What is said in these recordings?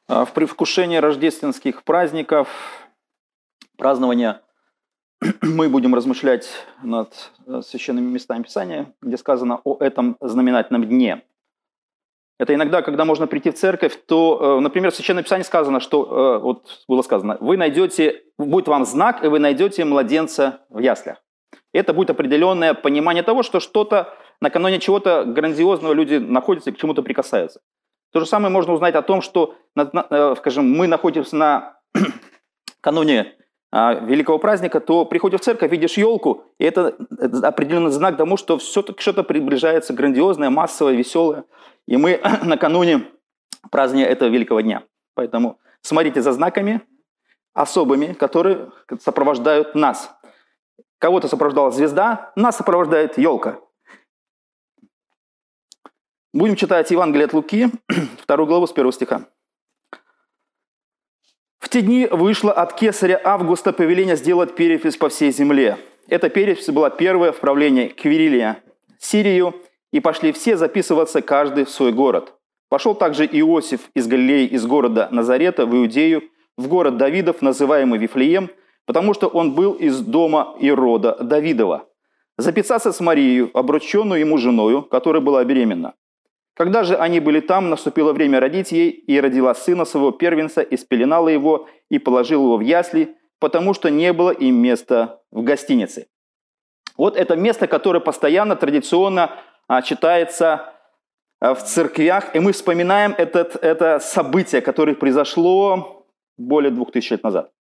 В предвкушении рождественских праздников, празднования, мы будем размышлять над священными местами Писания, где сказано о этом знаменательном дне. Это иногда, когда можно прийти в церковь, то, например, в Священном Писании сказано, что, вот было сказано, будет вам знак, и вы найдете младенца в яслях. Это будет определенное понимание того, что что-то, накануне чего-то грандиозного люди находятся и к чему-то прикасаются. То же самое можно узнать о том, что, скажем, мы находимся накануне великого праздника, то приходишь в церковь, видишь елку, и это определенный знак тому, что все-таки что-то приближается грандиозное, массовое, веселое. И мы накануне праздника этого великого дня. Поэтому смотрите за знаками особыми, которые сопровождают нас. Кого-то сопровождала звезда, нас сопровождает елка. Будем читать Евангелие от Луки, 2 главу с 1 стиха. «В те дни вышло от кесаря Августа повеление сделать перепись по всей земле. Эта перепись была первая в правлении Квирилия Сирию, и пошли все записываться, каждый в свой город. Пошел также Иосиф из Галилеи, из города Назарета в Иудею, в город Давидов, называемый Вифлеем, потому что он был из дома и рода Давидова, записаться с Марией, обрученную ему женою, которая была беременна. Когда же они были там, наступило время родить ей, и родила сына своего первенца, и спеленала его, и положила его в ясли, потому что не было им места в гостинице». Вот это место, которое постоянно, традиционно читается в церквях, и мы вспоминаем это событие, которое произошло более 2000 лет назад.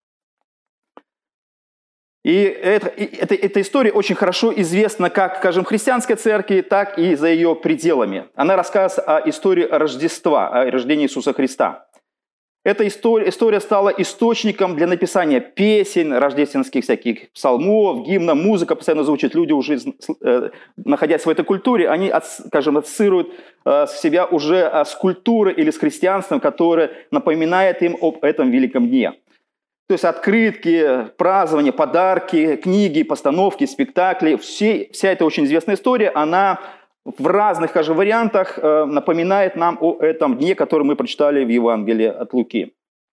И эта история очень хорошо известна как, скажем, в христианской церкви, так и за ее пределами. Она рассказывает о истории Рождества, о рождении Иисуса Христа. Эта история стала источником для написания песен, рождественских всяких псалмов, гимнов, музыка постоянно звучит. Люди уже, находясь в этой культуре, они, скажем, ассоциируют себя уже с культурой или с христианством, которое напоминает им об этом великом дне. То есть открытки, празднования, подарки, книги, постановки, спектакли. Вся эта очень известная история, она в разных, скажем, вариантах напоминает нам о этом дне, который мы прочитали в Евангелии от Луки.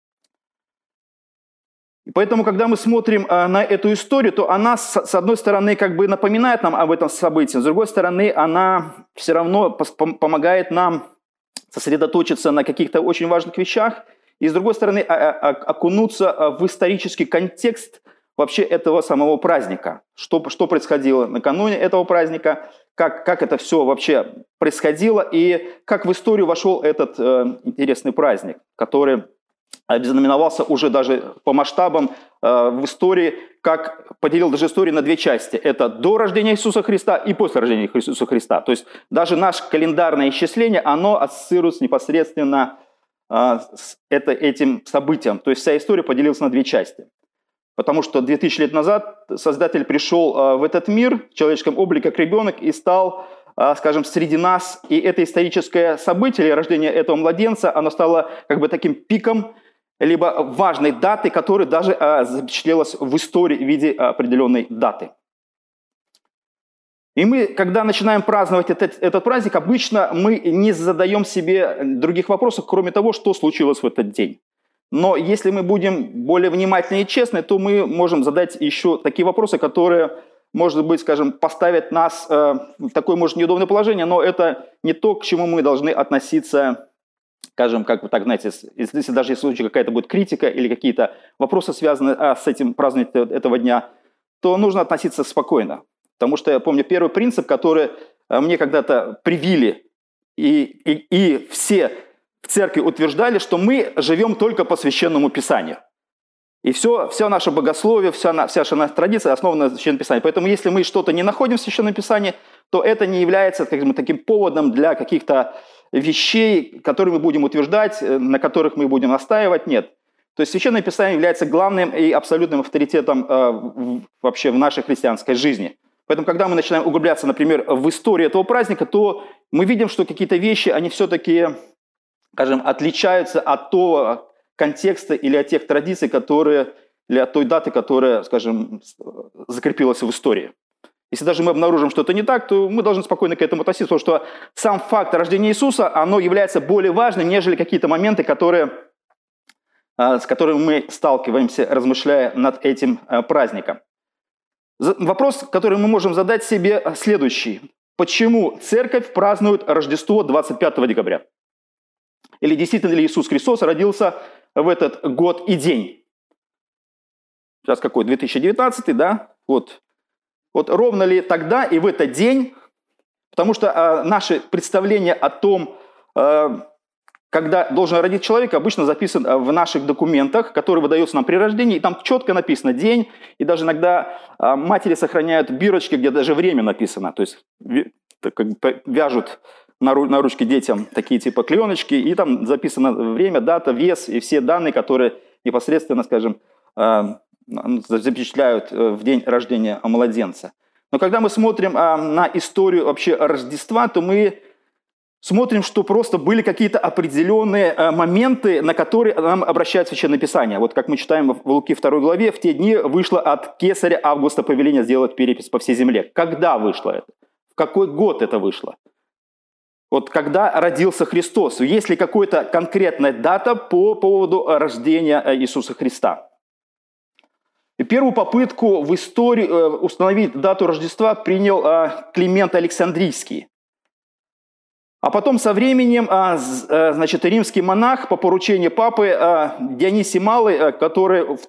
И поэтому, когда мы смотрим на эту историю, то она, с одной стороны, как бы напоминает нам об этом событии, с другой стороны, она все равно помогает нам сосредоточиться на каких-то очень важных вещах, и, с другой стороны, окунуться в исторический контекст вообще этого самого праздника. Что происходило накануне этого праздника, как это все вообще происходило, и как в историю вошел этот интересный праздник, который знаменовался уже даже по масштабам в истории, как поделил даже историю на две части. Это до рождения Иисуса Христа и после рождения Иисуса Христа. То есть даже наше календарное исчисление, оно ассоциируется непосредственно с этим событием. То есть вся история поделилась на две части. Потому что 2000 лет назад Создатель пришел в этот мир в человеческом облике как ребенок и стал, скажем, среди нас. И это историческое событие, рождение этого младенца, оно стало как бы таким пиком, либо важной датой, которая даже запечатлелась в истории в виде определенной даты. И мы, когда начинаем праздновать этот праздник, обычно мы не задаем себе других вопросов, кроме того, что случилось в этот день. Но если мы будем более внимательны и честны, то мы можем задать еще такие вопросы, которые, может быть, скажем, поставят нас в такое, может, неудобное положение, но это не то, к чему мы должны относиться, скажем, как бы так, знаете, если даже если в случае какая-то будет критика или какие-то вопросы, связанные с этим празднованием этого дня, то нужно относиться спокойно. Потому что я помню первый принцип, который мне когда-то привили, и все в церкви утверждали, что мы живем только по Священному Писанию. И все наше богословие, вся наша традиция основана на Священном Писании. Поэтому если мы что-то не находим в Священном Писании, то это не является таким поводом для каких-то вещей, которые мы будем утверждать, на которых мы будем настаивать. Нет. То есть Священное Писание является главным и абсолютным авторитетом вообще в нашей христианской жизни. Поэтому, когда мы начинаем углубляться, например, в историю этого праздника, то мы видим, что какие-то вещи, они все-таки, скажем, отличаются от того контекста или от тех традиций, или от той даты, которая, скажем, закрепилась в истории. Если даже мы обнаружим, что это не так, то мы должны спокойно к этому относиться, потому что сам факт рождения Иисуса, оно является более важным, нежели какие-то моменты, которые с которыми мы сталкиваемся, размышляя над этим праздником. Вопрос, который мы можем задать себе, следующий. Почему церковь празднует Рождество 25 декабря? Или действительно ли Иисус Христос родился в этот год и день? Сейчас какой? 2019, да? Вот ровно ли тогда и в этот день? Потому что наше представление о том, когда должен родить человек, обычно записан в наших документах, которые выдаются нам при рождении, и там четко написано день, и даже иногда матери сохраняют бирочки, где даже время написано, то есть вяжут на ручке детям такие типа клееночки, и там записано время, дата, вес и все данные, которые непосредственно, скажем, запечатляют в день рождения младенца. Но когда мы смотрим на историю вообще Рождества, то мы смотрим, что просто были какие-то определенные моменты, на которые нам обращает Священное Писание. Вот как мы читаем в Луки 2 главе, в те дни вышло от кесаря Августа повеление сделать перепись по всей земле. Когда вышло это? В какой год это вышло? Вот когда родился Христос? Есть ли какая-то конкретная дата по поводу рождения Иисуса Христа? И первую попытку в истории установить дату Рождества принял Климент Александрийский. А потом со временем, значит, римский монах по поручению папы Дионисий Малый, который в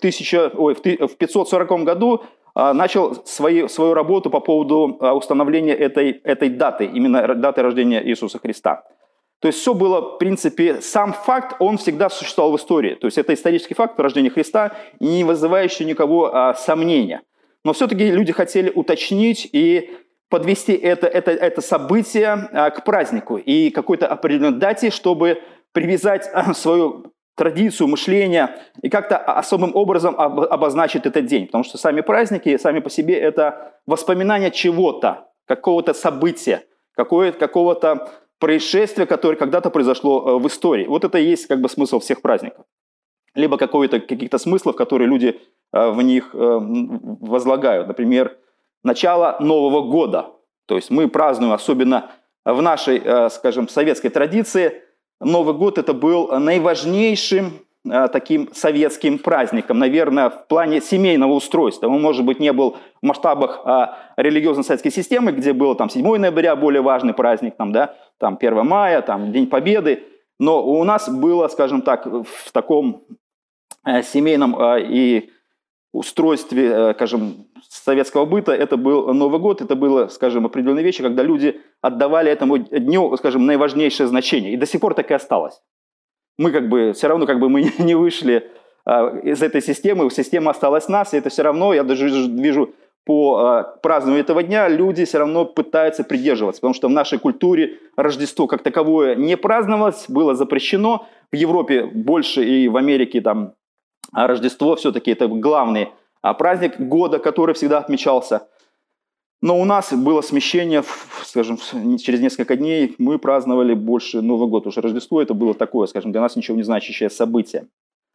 540 году начал свою работу по поводу установления этой даты, именно даты рождения Иисуса Христа. То есть все было, в принципе, сам факт, он всегда существовал в истории. То есть это исторический факт рождения Христа, не вызывающий никого сомнения. Но все-таки люди хотели уточнить и подвести это событие к празднику и какой-то определенной дате, чтобы привязать свою традицию, мышление и как-то особым образом обозначить этот день. Потому что сами праздники, сами по себе, это воспоминание чего-то, какого-то события, какого-то происшествия, которое когда-то произошло в истории. Вот это и есть как бы смысл всех праздников. Либо каких-то смыслов, которые люди в них возлагают. Например, начало Нового года. То есть мы празднуем, особенно в нашей, скажем, советской традиции, Новый год это был наиважнейшим таким советским праздником, наверное, в плане семейного устройства. Он, может быть, не был в масштабах религиозной советской системы, где был там 7 ноября более важный праздник, там 1 мая, День Победы. Но у нас было, скажем так, в таком семейном и устройстве, скажем, советского быта, это был Новый год, это было, скажем, определенные вещи, когда люди отдавали этому дню, скажем, наиважнейшее значение. И до сих пор так и осталось. Мы все равно мы не вышли из этой системы, система осталась нас, и это все равно, я даже вижу по празднованию этого дня, люди все равно пытаются придерживаться, потому что в нашей культуре Рождество как таковое не праздновалось, было запрещено. В Европе больше и в Америке Рождество все-таки это главный праздник года, который всегда отмечался. Но у нас было смещение, скажем, через несколько дней мы праздновали больше Новый год. Уже Рождество это было такое, скажем, для нас ничего не значащее событие.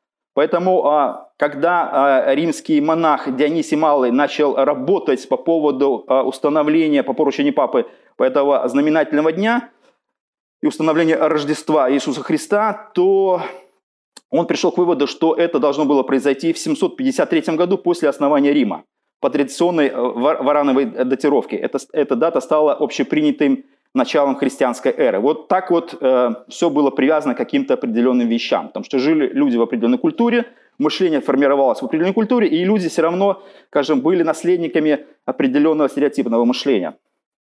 Поэтому, когда римский монах Дионисий Малый начал работать по поводу установления по поручению папы этого знаменательного дня и установления Рождества Иисуса Христа, то он пришел к выводу, что это должно было произойти в 753 году после основания Рима по традиционной варановой датировке. Эта дата стала общепринятым началом христианской эры. Вот так все было привязано к каким-то определенным вещам, потому что жили люди в определенной культуре, мышление формировалось в определенной культуре, и люди все равно, скажем, были наследниками определенного стереотипного мышления.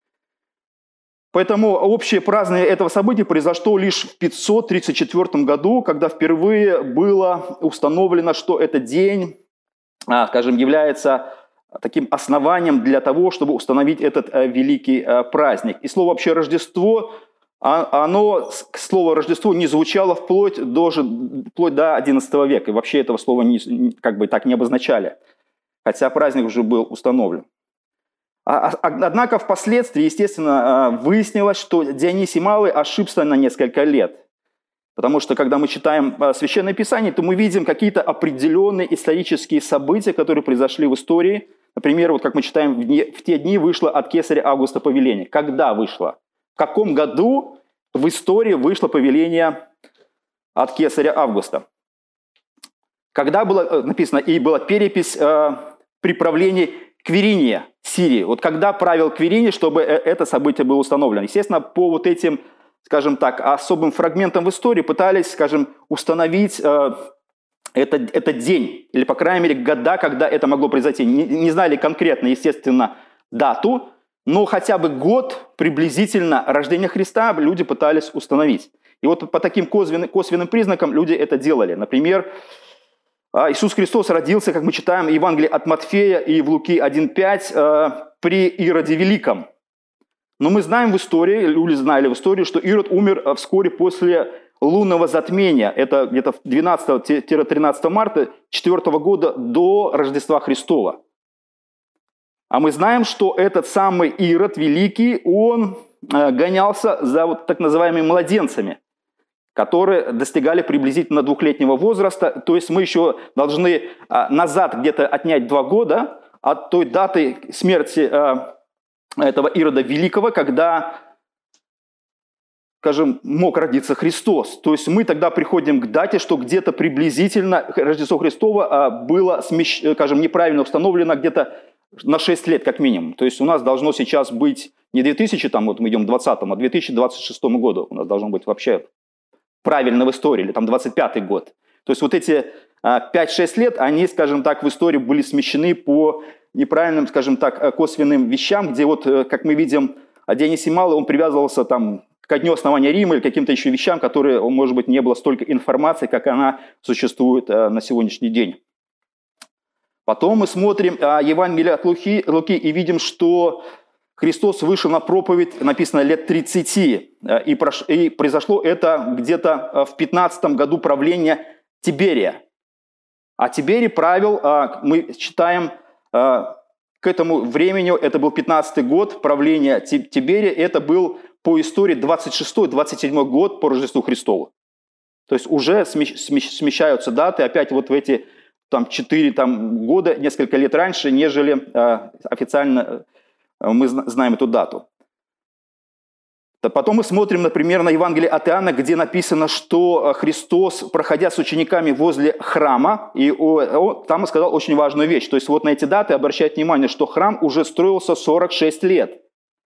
Поэтому общее празднование этого события произошло лишь в 534 году, когда впервые было установлено, что этот день, скажем, является таким основанием для того, чтобы установить этот великий праздник. И слово вообще «Рождество», слово «Рождество» не звучало вплоть до XI века. И вообще этого слова так не обозначали, хотя праздник уже был установлен. Однако впоследствии, естественно, выяснилось, что Дионисий Малый ошибся на несколько лет. Потому что, когда мы читаем Священное Писание, то мы видим какие-то определенные исторические события, которые произошли в истории. Например, как мы читаем, в те дни вышло от кесаря Августа повеление. Когда вышло? В каком году в истории вышло повеление от кесаря Августа? когда было написано, и была перепись при правлении Квириния, Сирии. Вот когда правил Квириний, чтобы это событие было установлено. Естественно, по вот этим, скажем так, особым фрагментам в истории пытались, скажем, установить этот день, или, по крайней мере, года, когда это могло произойти. Не знали конкретно, естественно, дату, но хотя бы год приблизительно рождения Христа люди пытались установить. И вот по таким косвенным признакам люди это делали. Например, Иисус Христос родился, как мы читаем в Евангелии от Матфея и в Луки 1:5, при Ироде Великом. Но мы знаем в истории, люди знали в истории, что Ирод умер вскоре после лунного затмения. Это где-то 12-13 марта 4 года до Рождества Христова. А мы знаем, что этот самый Ирод Великий, он гонялся за вот так называемыми младенцами, которые достигали приблизительно 2-летнего возраста. То есть мы еще должны назад где-то отнять 2 года от той даты смерти этого Ирода Великого, когда, скажем, мог родиться Христос. То есть мы тогда приходим к дате, что где-то приблизительно Рождество Христово было, скажем, неправильно установлено где-то на 6 лет как минимум. То есть у нас должно сейчас быть не 2000, там вот мы идем к 20-му, а 2026 году у нас должно быть вообще правильно в истории, или там 25-й год. То есть вот эти 5-6 лет, они, скажем так, в истории были смещены по неправильным, скажем так, косвенным вещам, где вот, как мы видим, Дионисий Малый, он привязывался там ко дню основания Рима или каким-то еще вещам, которые, может быть, не было столько информации, как она существует на сегодняшний день. Потом мы смотрим Евангелие от Луки и видим, что Христос вышел на проповедь, написано, лет 30, и произошло это где-то в 15 году правления Тиберия. А Тиберий правил, мы читаем, к этому времени, это был 15 год правления Тиберия, это был по истории 26-27 год по Рождеству Христову. То есть уже смещаются даты, опять вот в эти 4 года, несколько лет раньше, нежели официально мы знаем эту дату. Потом мы смотрим, например, на Евангелие от Иоанна, где написано, что Христос, проходя с учениками возле храма, и там он сказал очень важную вещь. То есть вот на эти даты обращать внимание, что храм уже строился 46 лет.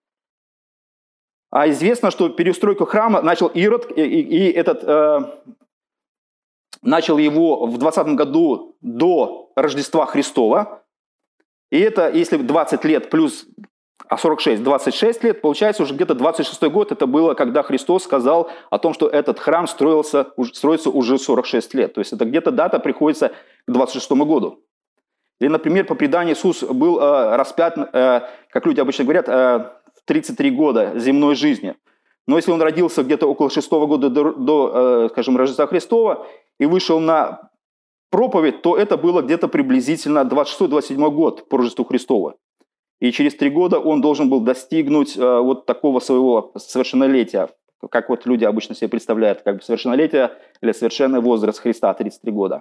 А известно, что перестройку храма начал Ирод, и начал его в 20 году до Рождества Христова. И это, если 20 лет плюс 46, 26 лет, получается уже где-то 26-й год, это было, когда Христос сказал о том, что этот храм строится уже 46 лет. То есть это где-то дата приходится к 26-му году. Или, например, по преданию Иисус был распят, как люди обычно говорят, в 33 года земной жизни. Но если он родился где-то около 6-го года до, скажем, Рождества Христова и вышел на проповедь, то это было где-то приблизительно 26-27 год по Рождеству Христова. И через 3 года он должен был достигнуть вот такого своего совершеннолетия, как вот люди обычно себе представляют, как бы совершеннолетие или совершенный возраст Христа, 33 года.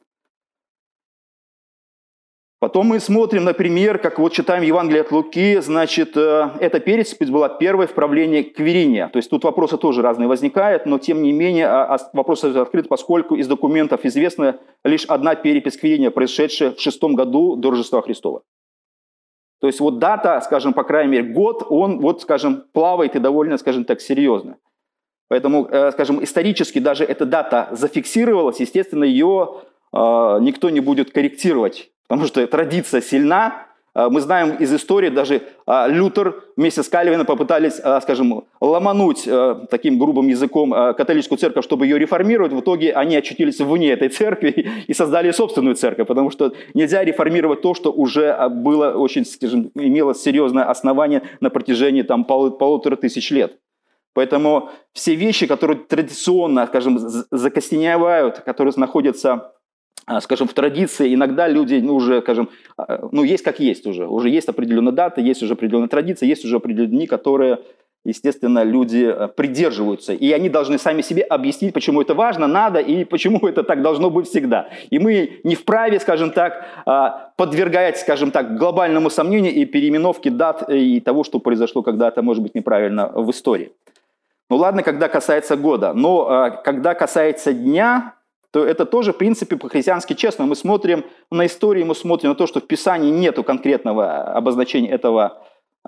Потом мы смотрим, например, как вот читаем Евангелие от Луки, значит, эта перепись была первой в правлении Квириния. То есть тут вопросы тоже разные возникают, но тем не менее вопрос открыт, поскольку из документов известна лишь одна перепись Квириния, произошедшая в 6 году до Рождества Христова. То есть вот дата, скажем, по крайней мере, год, он вот, скажем, плавает и довольно, скажем так, серьезно. Поэтому, скажем, исторически даже эта дата зафиксировалась, естественно, ее никто не будет корректировать. Потому что традиция сильна. Мы знаем из истории, даже Лютер вместе с Кальвином попытались, скажем, ломануть таким грубым языком католическую церковь, чтобы ее реформировать. В итоге они очутились вне этой церкви и создали собственную церковь, потому что нельзя реформировать то, что уже было очень, скажем, имело серьезное основание на протяжении 1500 лет. Поэтому все вещи, которые традиционно, скажем, закостеневают, которые находятся, скажем, в традиции, иногда люди, уже, скажем, есть как есть уже. Уже есть определенная дата, есть уже определенная традиция, есть уже определенные дни, которые, естественно, люди придерживаются. И они должны сами себе объяснить, почему это важно, надо, и почему это так должно быть всегда. И мы не вправе, скажем так, подвергать, скажем так, глобальному сомнению и переименовке дат и того, что произошло когда-то, может быть, неправильно в истории. Ну ладно, когда касается года, но когда касается дня, то это тоже, в принципе, по-христиански честно. Мы смотрим на историю, мы смотрим на то, что в Писании нету конкретного обозначения этого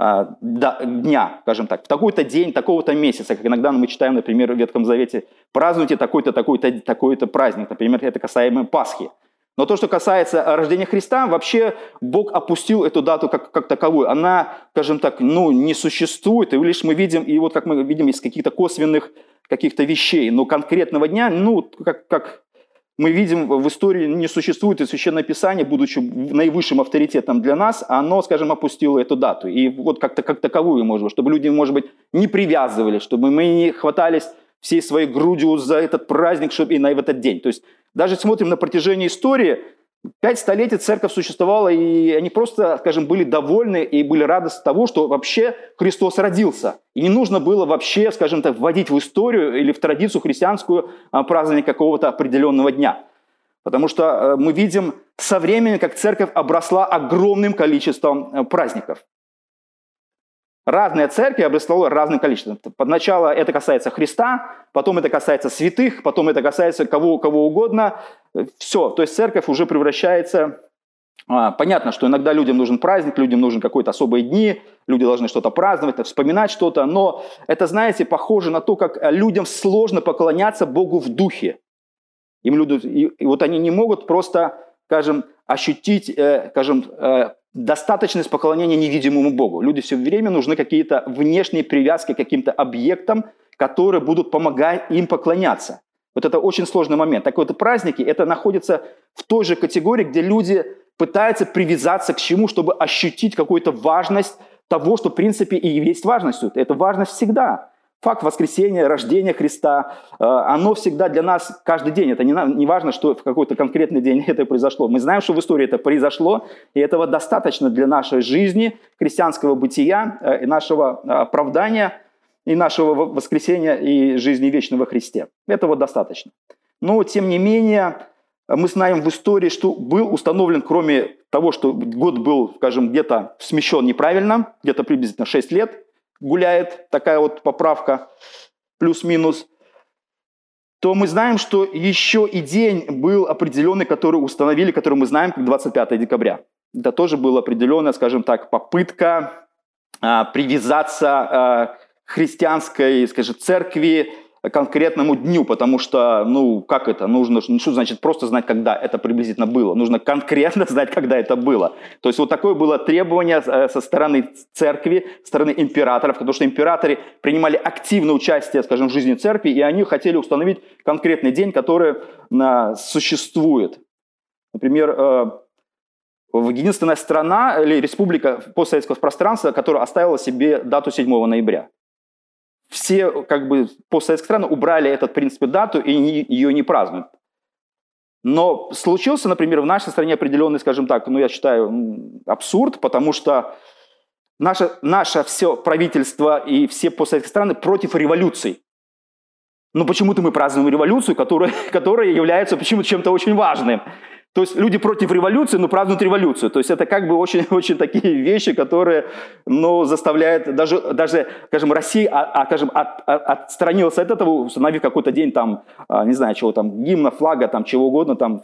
дня, скажем так, в такой-то день, такого-то месяца, как иногда мы читаем, например, в Ветхом Завете, празднуйте такой-то, такой-то, такой-то праздник, например, это касаемо Пасхи. Но то, что касается рождения Христа, вообще Бог опустил эту дату как таковую. Она, скажем так, не существует, и лишь мы видим, и вот как мы видим из каких-то косвенных каких-то вещей, но конкретного дня, как мы видим, в истории не существует, и Священное Писание, будучи наивысшим авторитетом для нас, оно, скажем, опустило эту дату. И вот как таковую, может быть, чтобы люди, может быть, не привязывались, чтобы мы не хватались всей своей грудью за этот праздник и на этот день. То есть даже смотрим на протяжении истории, 5 столетий церковь существовала, и они просто, скажем, были довольны и были рады того, что вообще Христос родился. И не нужно было вообще, скажем так, вводить в историю или в традицию христианскую празднование какого-то определенного дня. Потому что мы видим со временем, как церковь обросла огромным количеством праздников. Разные церкви обросли разным количеством. Поначалу это касается Христа, потом это касается святых, потом это касается кого угодно. Все, то есть церковь уже превращается... Понятно, что иногда людям нужен праздник, людям нужны какие-то особые дни, люди должны что-то праздновать, вспоминать что-то, но это, знаете, похоже на то, как людям сложно поклоняться Богу в духе. И вот они не могут просто, скажем, ощутить, достаточность поклонения невидимому Богу. Люди все время нужны какие-то внешние привязки к каким-то объектам, которые будут помогать им поклоняться. Вот это очень сложный момент. Так вот, праздники, это находится в той же категории, где люди пытаются привязаться к чему, чтобы ощутить какую-то важность того, что в принципе и есть важностью. Это важность всегда. Факт воскресения, рождения Христа, оно всегда для нас каждый день. Это не важно, что в какой-то конкретный день это произошло. Мы знаем, что в истории это произошло, и этого достаточно для нашей жизни, христианского бытия, и нашего оправдания, и нашего воскресения, и жизни вечной во Христе. Этого достаточно. Но, тем не менее, мы знаем в истории, что был установлен, кроме того, что год был, скажем, где-то смещен неправильно, где-то приблизительно 6 лет, гуляет такая вот поправка, плюс-минус, то мы знаем, что еще и день был определенный, который установили, который мы знаем, как 25 декабря. Это тоже была определенная, скажем так, попытка привязаться к христианской, скажем, церкви, к конкретному дню, потому что, как это, нужно, что значит просто знать, когда это приблизительно было, нужно конкретно знать, когда это было. То есть вот такое было требование со стороны церкви, со стороны императоров, потому что императоры принимали активное участие, скажем, в жизни церкви, и они хотели установить конкретный день, который существует. Например, единственная страна или республика постсоветского пространства, которая оставила себе дату 7 ноября. Все постсоветские страны убрали эту, в принципе, дату и ее не празднуют. Но случился, например, в нашей стране определенный, скажем так, я считаю, абсурд, потому что наше все правительство и все постсоветские страны против революций. Но почему-то мы празднуем революцию, которая является почему-то чем-то очень важным. То есть люди против революции, но празднуют революцию. То есть это очень-очень такие вещи, которые заставляют даже, скажем, Россия, скажем, отстранилась от этого, установив какой-то день там, не знаю, чего там, гимна, флага, там, чего угодно, там,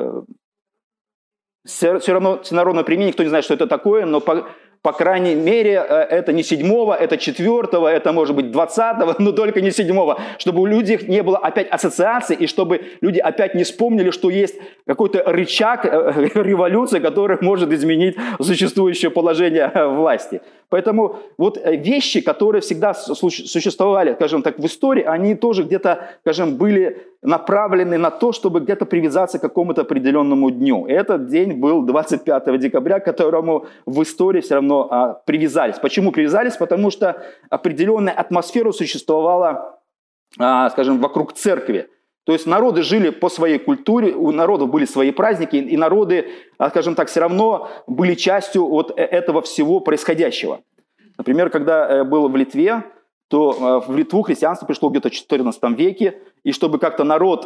все равно всенародное примирение, никто не знает, что это такое, но по крайней мере, это не 7-го, это 4-го, это может быть 20-го, но только не 7-го, чтобы у людей не было опять ассоциаций, и чтобы люди опять не вспомнили, что есть какой-то рычаг революции, который может изменить существующее положение власти. Поэтому вот вещи, которые всегда существовали, скажем так, в истории, они тоже где-то, скажем, были направлены на то, чтобы где-то привязаться к какому-то определенному дню. И этот день был 25 декабря, к которому в истории все равно привязались. Почему привязались? Потому что определенная атмосфера существовала, скажем, вокруг церкви. То есть народы жили по своей культуре, у народов были свои праздники, и народы, скажем так, все равно были частью вот этого всего происходящего. Например, когда я был в Литве, то в Литву христианство пришло где-то в XIV веке, и чтобы как-то народ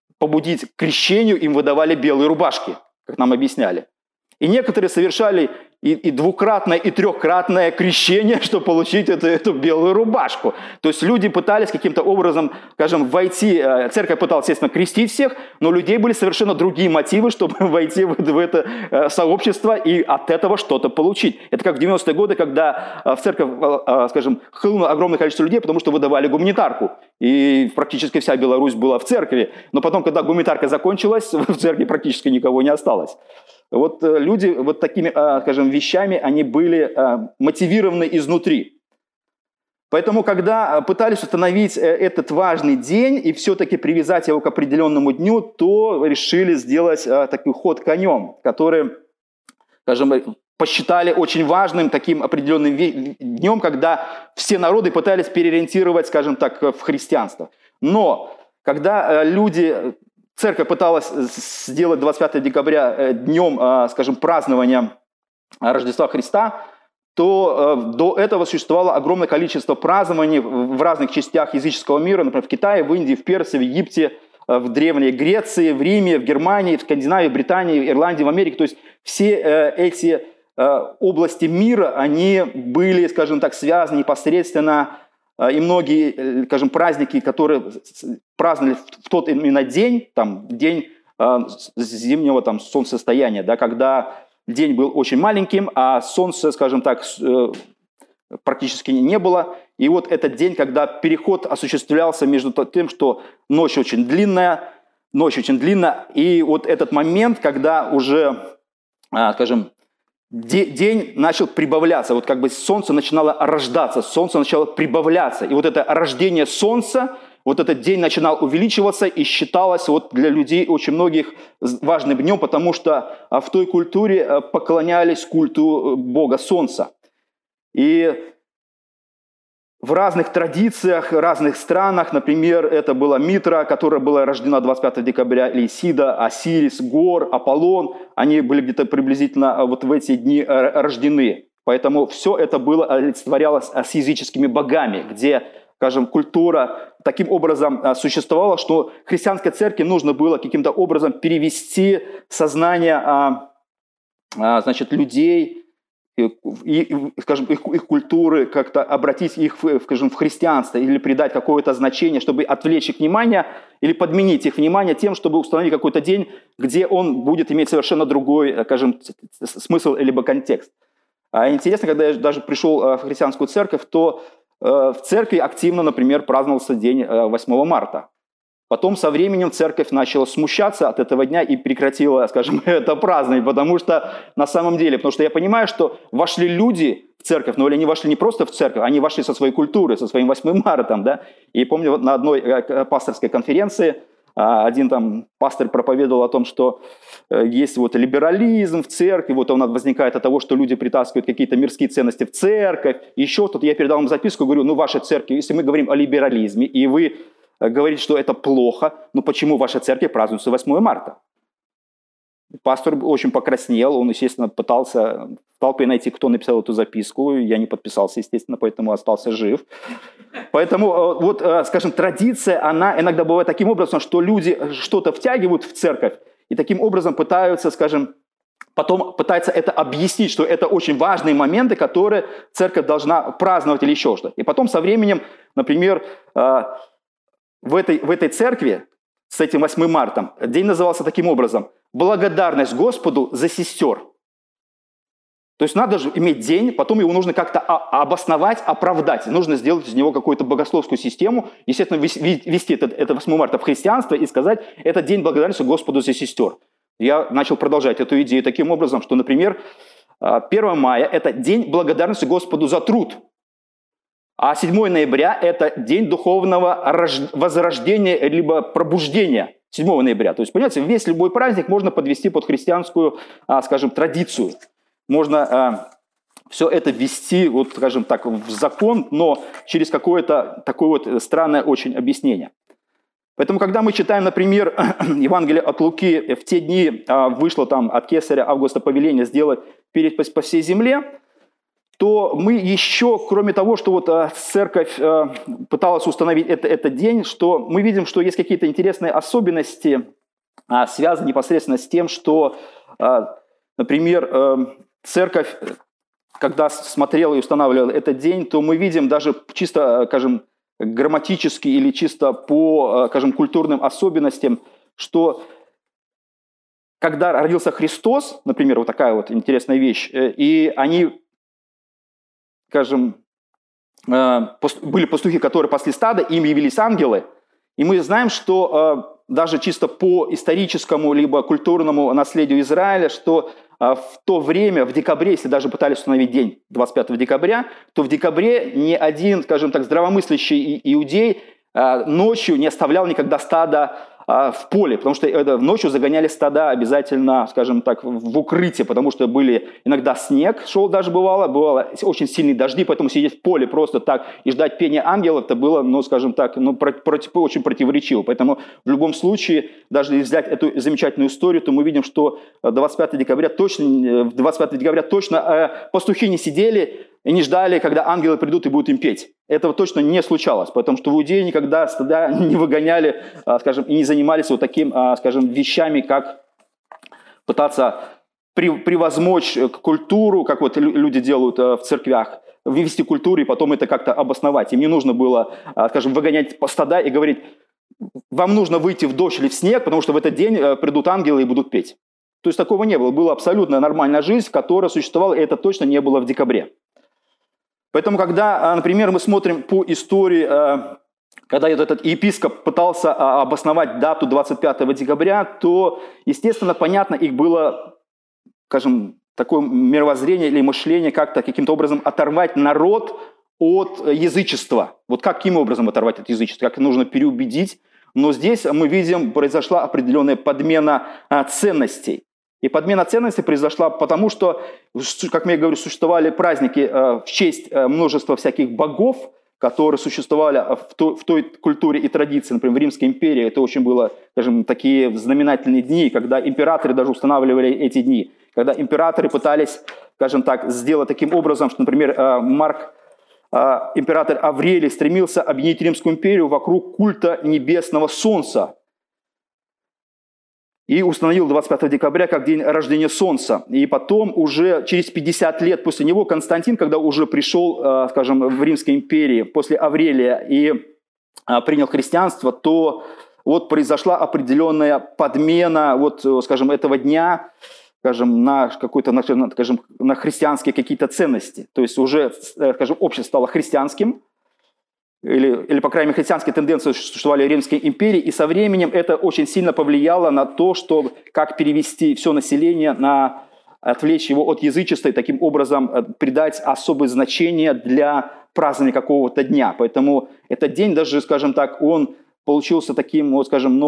побудить к крещению, им выдавали белые рубашки, как нам объясняли. И некоторые совершали и двукратное, и трехкратное крещение, чтобы получить эту белую рубашку. То есть люди пытались каким-то образом, скажем, войти, церковь пыталась, естественно, крестить всех, но у людей были совершенно другие мотивы, чтобы войти в это сообщество и от этого что-то получить. Это как в 90-е годы, когда в церковь, скажем, хлынуло огромное количество людей, потому что выдавали гуманитарку. И практически вся Беларусь была в церкви. Но потом, когда гуманитарка закончилась, в церкви практически никого не осталось. Вот люди вот такими, скажем, вещами, они были мотивированы изнутри. Поэтому, когда пытались установить этот важный день и все-таки привязать его к определенному дню, то решили сделать такой ход конем, который, скажем, посчитали очень важным таким определенным днем, когда все народы пытались переориентировать, скажем так, в христианство. Но когда церковь пыталась сделать 25 декабря днем, скажем, празднования Рождества Христа, то до этого существовало огромное количество празднований в разных частях языческого мира, например, в Китае, в Индии, в Персии, в Египте, в Древней Греции, в Риме, в Германии, в Скандинавии, в Британии, в Ирландии, в Америке. То есть все эти области мира, они были, скажем так, связаны непосредственно, и многие, скажем, праздники, которые праздновали в тот именно день, там, день зимнего там, солнцестояния, да, когда день был очень маленьким, а солнца, скажем так, практически не было. И вот этот день, когда переход осуществлялся между тем, что ночь очень длинная, и вот этот момент, когда уже, скажем, день начал прибавляться, вот как бы солнце начинало рождаться, солнце начало прибавляться. И вот это рождение солнца, вот этот день начинал увеличиваться и считалось вот для людей очень многих важным днем, потому что в той культуре поклонялись культу бога солнца. И в разных традициях, разных странах, например, это была Митра, которая была рождена 25 декабря, или Исида, Осирис, Гор, Аполлон, они были где-то приблизительно вот в эти дни рождены. Поэтому все это было олицетворялось с языческими богами, где, скажем, культура таким образом существовала, что христианской церкви нужно было каким-то образом перевести сознание, значит, людей, и, скажем, их культуры, как-то обратить их, скажем, в христианство или придать какое-то значение, чтобы отвлечь их внимание или подменить их внимание тем, чтобы установить какой-то день, где он будет иметь совершенно другой, скажем, смысл либо контекст. Интересно, когда я даже пришел в христианскую церковь, то в церкви активно, например, праздновался день 8 марта. Потом со временем церковь начала смущаться от этого дня и прекратила, скажем, это праздновать, потому что на самом деле, потому что я понимаю, что вошли люди в церковь, но они вошли не просто в церковь, они вошли со своей культурой, со своим 8 марта, да. И помню, вот на одной пасторской конференции один там пастор проповедовал о том, что есть вот либерализм в церкви, вот он возникает от того, что люди притаскивают какие-то мирские ценности в церковь, еще что-то. Я передал ему записку, говорю, ну ваша церковь, если мы говорим о либерализме, и вы говорите, что это плохо, но почему в вашей церкви празднуется 8 марта? Пастор очень покраснел, он, естественно, пытался в толпе найти, кто написал эту записку, я не подписался, естественно, поэтому остался жив. Поэтому, вот, скажем, традиция, она иногда бывает таким образом, что люди что-то втягивают в церковь и таким образом пытаются, скажем, потом пытаются это объяснить, что это очень важные моменты, которые церковь должна праздновать или еще что-то. И потом со временем, например, в этой церкви с этим 8 марта день назывался таким образом: благодарность Господу за сестер. То есть надо же иметь день, потом его нужно как-то обосновать, оправдать. Нужно сделать из него какую-то богословскую систему, естественно, ввести это 8 марта в христианство и сказать, это день благодарности Господу за сестер. Я начал продолжать эту идею таким образом, что, например, 1 мая – это день благодарности Господу за труд. А 7 ноября – это день духовного возрождения либо пробуждения. 7 ноября. То есть, понимаете, весь любой праздник можно подвести под христианскую, скажем, традицию. Можно все это ввести, вот, скажем так, в закон, но через какое-то такое вот странное очень объяснение. Поэтому, когда мы читаем, например, Евангелие от Луки, в те дни вышло там от кесаря Августа повеление сделать перепись по всей земле, то мы еще, кроме того, что вот церковь пыталась установить этот день, что мы видим, что есть какие-то интересные особенности, связанные непосредственно с тем, что, например, церковь, когда смотрела и устанавливала этот день, то мы видим даже чисто, скажем, грамматически или чисто по, скажем, культурным особенностям, что когда родился Христос, например, вот такая вот интересная вещь, и они, скажем, были пастухи, которые пасли стадо, им явились ангелы, и мы знаем, что даже чисто по историческому либо культурному наследию Израиля, что в то время, в декабре, если даже пытались установить день 25 декабря, то в декабре ни один, скажем так, здравомыслящий иудей ночью не оставлял никогда стада в поле, потому что ночью загоняли стада обязательно, скажем так, в укрытие, потому что были иногда снег, шел даже бывало очень сильные дожди, поэтому сидеть в поле просто так и ждать пения ангелов, это было, ну, скажем так, очень противоречиво. Поэтому в любом случае, даже если взять эту замечательную историю, то мы видим, что 25 декабря точно пастухи не сидели и не ждали, когда ангелы придут и будут им петь. Этого точно не случалось, потому что в Иудее никогда стада не выгоняли, скажем, и не занимались вот таким, скажем, вещами, как пытаться превозмочь культуру, как вот люди делают в церквях, ввести культуру и потом это как-то обосновать. Им не нужно было, скажем, выгонять стада и говорить, вам нужно выйти в дождь или в снег, потому что в этот день придут ангелы и будут петь. То есть такого не было. Была абсолютно нормальная жизнь, которая существовала, и это точно не было в декабре. Поэтому, когда, например, мы смотрим по истории, когда этот епископ пытался обосновать дату 25 декабря, то, естественно, понятно, их было, скажем, такое мировоззрение или мышление как-то каким-то образом оторвать народ от язычества. Вот каким образом оторвать от язычества? Как нужно переубедить? Но здесь мы видим, произошла определенная подмена ценностей. И подмена ценностей произошла потому, что, как я говорю, существовали праздники в честь множества всяких богов, которые существовали в той культуре и традиции. Например, в Римской империи это очень было, скажем, такие знаменательные дни, когда императоры даже устанавливали эти дни. Когда императоры пытались, скажем так, сделать таким образом, что, например, император Аврелий стремился объединить Римскую империю вокруг культа небесного солнца. И установил 25 декабря как день рождения Солнца. И потом уже через 50 лет после него Константин, когда уже пришел, скажем, в Римской империи после Аврелия и принял христианство, то вот произошла определенная подмена, вот, скажем, этого дня, скажем, на какой-то, скажем, на христианские какие-то ценности. То есть уже, скажем, общество стало христианским, или, по крайней мере, христианские тенденции существовали в Римской империи, и со временем это очень сильно повлияло на то, что как перевести все население, отвлечь его от язычества и таким образом придать особое значение для празднования какого-то дня. Поэтому этот день даже, скажем так, он получился таким, вот, скажем,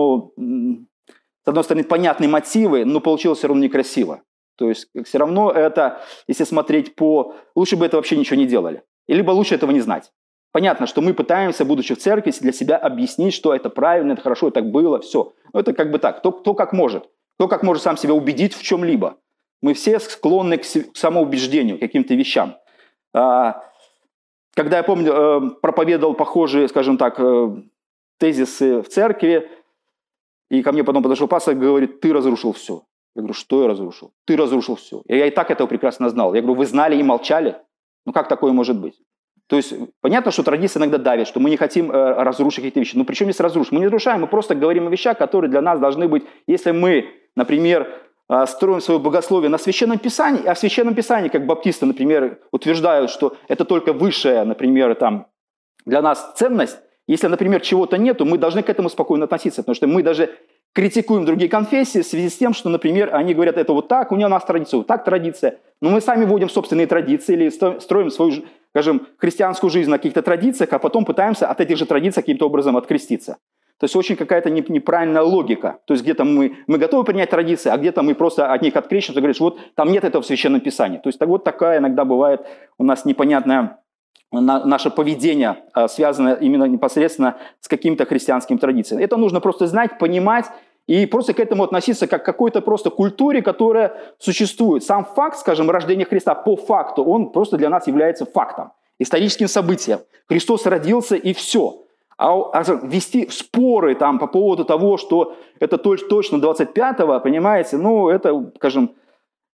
с одной стороны, понятные мотивы, но получилось все равно некрасиво. То есть все равно это, если смотреть лучше бы это вообще ничего не делали. Либо лучше этого не знать. Понятно, что мы пытаемся, будучи в церкви, для себя объяснить, что это правильно, это хорошо, так было, все. Но это как бы так, кто как может. Кто как может сам себя убедить в чем-либо. Мы все склонны к самоубеждению, к каким-то вещам. Когда я помню, проповедовал похожие, скажем так, тезисы в церкви, и ко мне потом подошел пастор и говорит, ты разрушил все. Я говорю, что я разрушил? Ты разрушил все. Я и так этого прекрасно знал. Я говорю, вы знали и молчали? Ну как такое может быть? То есть понятно, что традиция иногда давит, что мы не хотим разрушить какие-то вещи. Но при чем здесь разрушить? Мы не разрушаем, мы просто говорим о вещах, которые для нас должны быть. Если мы, например, строим свое богословие на Священном Писании, а в Священном Писании, как баптисты, например, утверждают, что это только высшая, например, для нас ценность, если, например, чего-то нету, мы должны к этому спокойно относиться, потому что мы даже критикуем другие конфессии в связи с тем, что, например, они говорят, это вот так, у нас традиция, вот так традиция. Но мы сами вводим собственные традиции или строим свою, скажем, христианскую жизнь на каких-то традициях, а потом пытаемся от этих же традиций каким-то образом откреститься. То есть очень какая-то неправильная логика. То есть где-то мы готовы принять традиции, а где-то мы просто от них открещиваемся и говорим, что вот там нет этого в Священном Писании. То есть вот такая иногда бывает у нас непонятная наше поведение, связанное именно непосредственно с какими-то христианскими традициями. Это нужно просто знать, понимать и просто к этому относиться как к какой-то просто культуре, которая существует. Сам факт, скажем, рождения Христа по факту, он просто для нас является фактом, историческим событием. Христос родился и все. А вести споры по поводу того, что это точно 25-го, понимаете, это, скажем,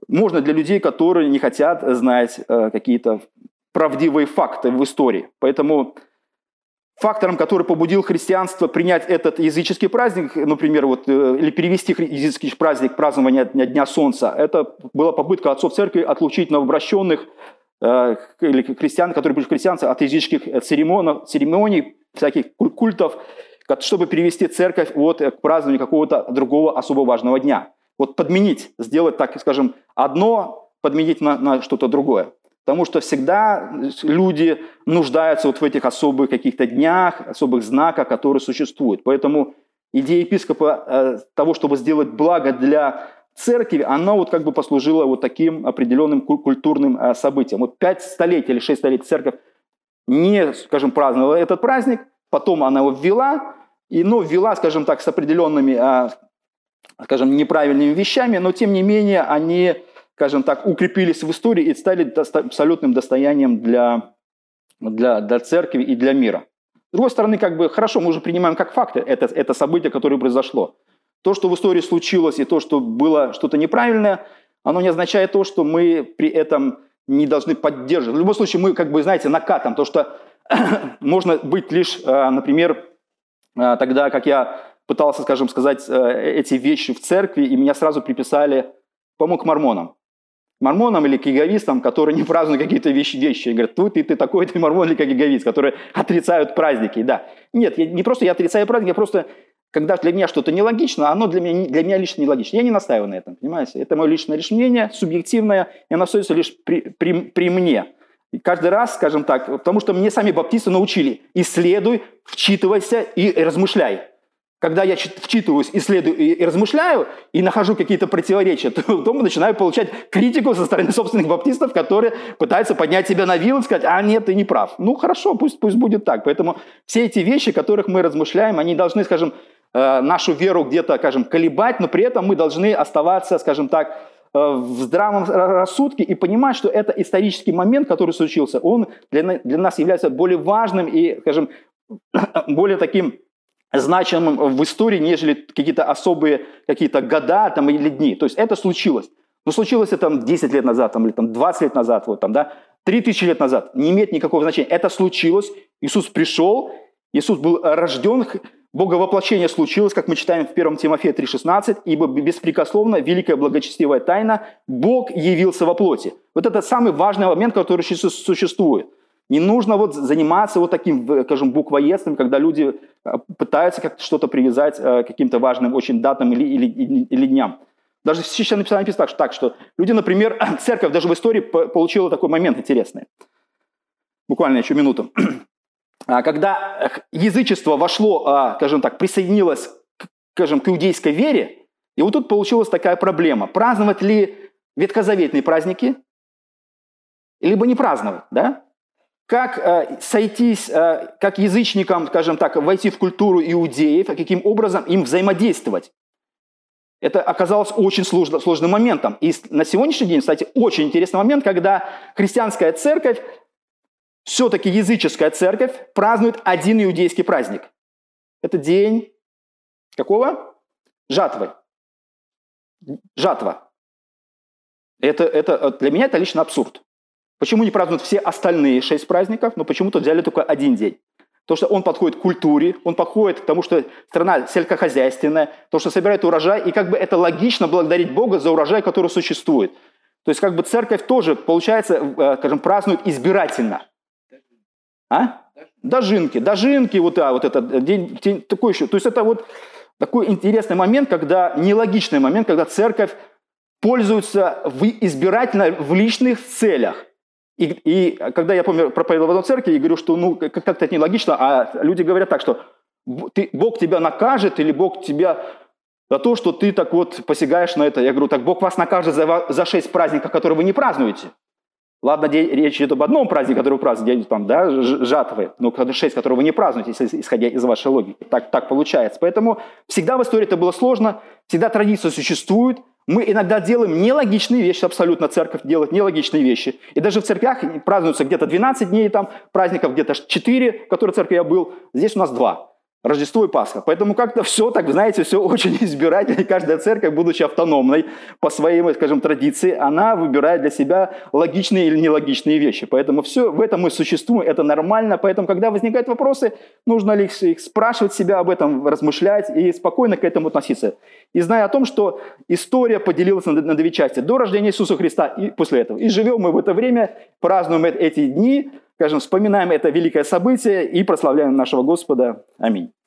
можно для людей, которые не хотят знать какие-то правдивые факты в истории. Поэтому фактором, который побудил христианство принять этот языческий праздник, например, или перевести языческий праздник празднования Дня Солнца, это была попытка отцов церкви отлучить новообращенных или христиан, которые были христианцы, от языческих церемоний, всяких культов, чтобы перевести церковь к празднованию какого-то другого особо важного дня. Подменить, сделать, так скажем, одно, подменить на что-то другое. Потому что всегда люди нуждаются в этих особых каких-то днях, особых знаках, которые существуют. Поэтому идея епископа того, чтобы сделать благо для церкви, она послужила таким определенным культурным событием. 5 столетий или 6 столетий церковь не, скажем, праздновала этот праздник, потом она его ввела, но ввела, скажем так, с определенными, скажем, неправильными вещами, но тем не менее они, скажем так, укрепились в истории и стали абсолютным достоянием для церкви и для мира. С другой стороны, хорошо, мы уже принимаем как факты это событие, которое произошло. То, что в истории случилось, и то, что было что-то неправильное, оно не означает то, что мы при этом не должны поддерживать. В любом случае, мы, знаете, накатом, то, что можно быть лишь, например, тогда, как я пытался, скажем, сказать эти вещи в церкви, и меня сразу приписали, по-моему, к мормонам или к иеговистам, которые не празднуют какие-то вещи. И говорят, ты такой, ты мормон или как иеговист, которые отрицают праздники. Да. Нет, не просто я отрицаю праздники, я просто, когда для меня что-то нелогично, оно для меня лично нелогично. Я не настаиваю на этом, понимаете? Это мое личное мнение, субъективное, и оно остается лишь при мне. И каждый раз, скажем так, потому что мне сами баптисты научили: исследуй, вчитывайся и размышляй. Когда я вчитываюсь, исследую и размышляю, и нахожу какие-то противоречия, то потом начинаю получать критику со стороны собственных баптистов, которые пытаются поднять себя на вилы и сказать: нет, ты не прав. Хорошо, пусть будет так. Поэтому все эти вещи, о которых мы размышляем, они должны, скажем, нашу веру где-то, скажем, колебать, но при этом мы должны оставаться, скажем так, в здравом рассудке и понимать, что это исторический момент, который случился, он для нас является более важным и, скажем, более таким значимым в истории, нежели какие-то особые какие-то года или дни. То есть это случилось. Но случилось это 10 лет назад, или 20 лет назад, 3000 лет назад. Не имеет никакого значения. Это случилось. Иисус пришел, Иисус был рожден, Боговоплощение случилось, как мы читаем в 1 Тимофея 3,16, ибо беспрекословно, великая благочестивая тайна, Бог явился во плоти. Это самый важный момент, который существует. Не нужно заниматься таким, скажем, буквоедством, когда люди пытаются как-то что-то привязать к каким-то важным очень датам или дням. Даже в Священном Писании написано так, что люди, например, церковь даже в истории получила такой момент интересный. Буквально еще минуту. Когда язычество вошло, скажем так, присоединилось, скажем, к иудейской вере, и тут получилась такая проблема. Праздновать ли ветхозаветные праздники, либо не праздновать, да? Как сойтись, как язычникам, скажем так, войти в культуру иудеев, каким образом им взаимодействовать. Это оказалось очень сложным моментом. И на сегодняшний день, кстати, очень интересный момент, когда христианская церковь, все-таки языческая церковь, празднует один иудейский праздник. Это день какого? Жатвы. Жатва. Это для меня это лично абсурд. Почему не празднуют все остальные 6 праздников, но почему-то взяли только один день? Потому что он подходит к культуре, он подходит к тому, что страна сельскохозяйственная, то, что собирает урожай, и это логично благодарить Бога за урожай, который существует. То есть церковь тоже, получается, скажем, празднует избирательно. Дожинки, этот день такой еще. То есть это такой интересный момент, нелогичный момент, когда церковь пользуется избирательно в личных целях. И когда я, помню, проповедовал в одной церкви и говорю, что как-то это нелогично, а люди говорят так, что Бог тебя накажет или Бог тебя за то, что ты так посягаешь на это. Я говорю, так Бог вас накажет за 6 праздников, которые вы не празднуете. Ладно, речь идет об одном празднике, который вы празднуете, жатвы, но 6, которые вы не празднуете, исходя из вашей логики. Так получается. Поэтому всегда в истории это было сложно, всегда традиция существует. Мы иногда делаем нелогичные вещи, абсолютно церковь делает нелогичные вещи. И даже в церквях празднуются где-то 12 дней праздников, где-то 4, в которой церкви я был. Здесь у нас 2. Рождество и Пасха. Поэтому как-то все, так знаете, все очень избирательно. Каждая церковь, будучи автономной по своей, скажем, традиции, она выбирает для себя логичные или нелогичные вещи. Поэтому все в этом мы существуем, это нормально. Поэтому, когда возникают вопросы, нужно ли их спрашивать себя об этом, размышлять и спокойно к этому относиться. И зная о том, что история поделилась на две части. До рождения Иисуса Христа и после этого. И живем мы в это время, празднуем эти дни, скажем, вспоминаем это великое событие и прославляем нашего Господа. Аминь.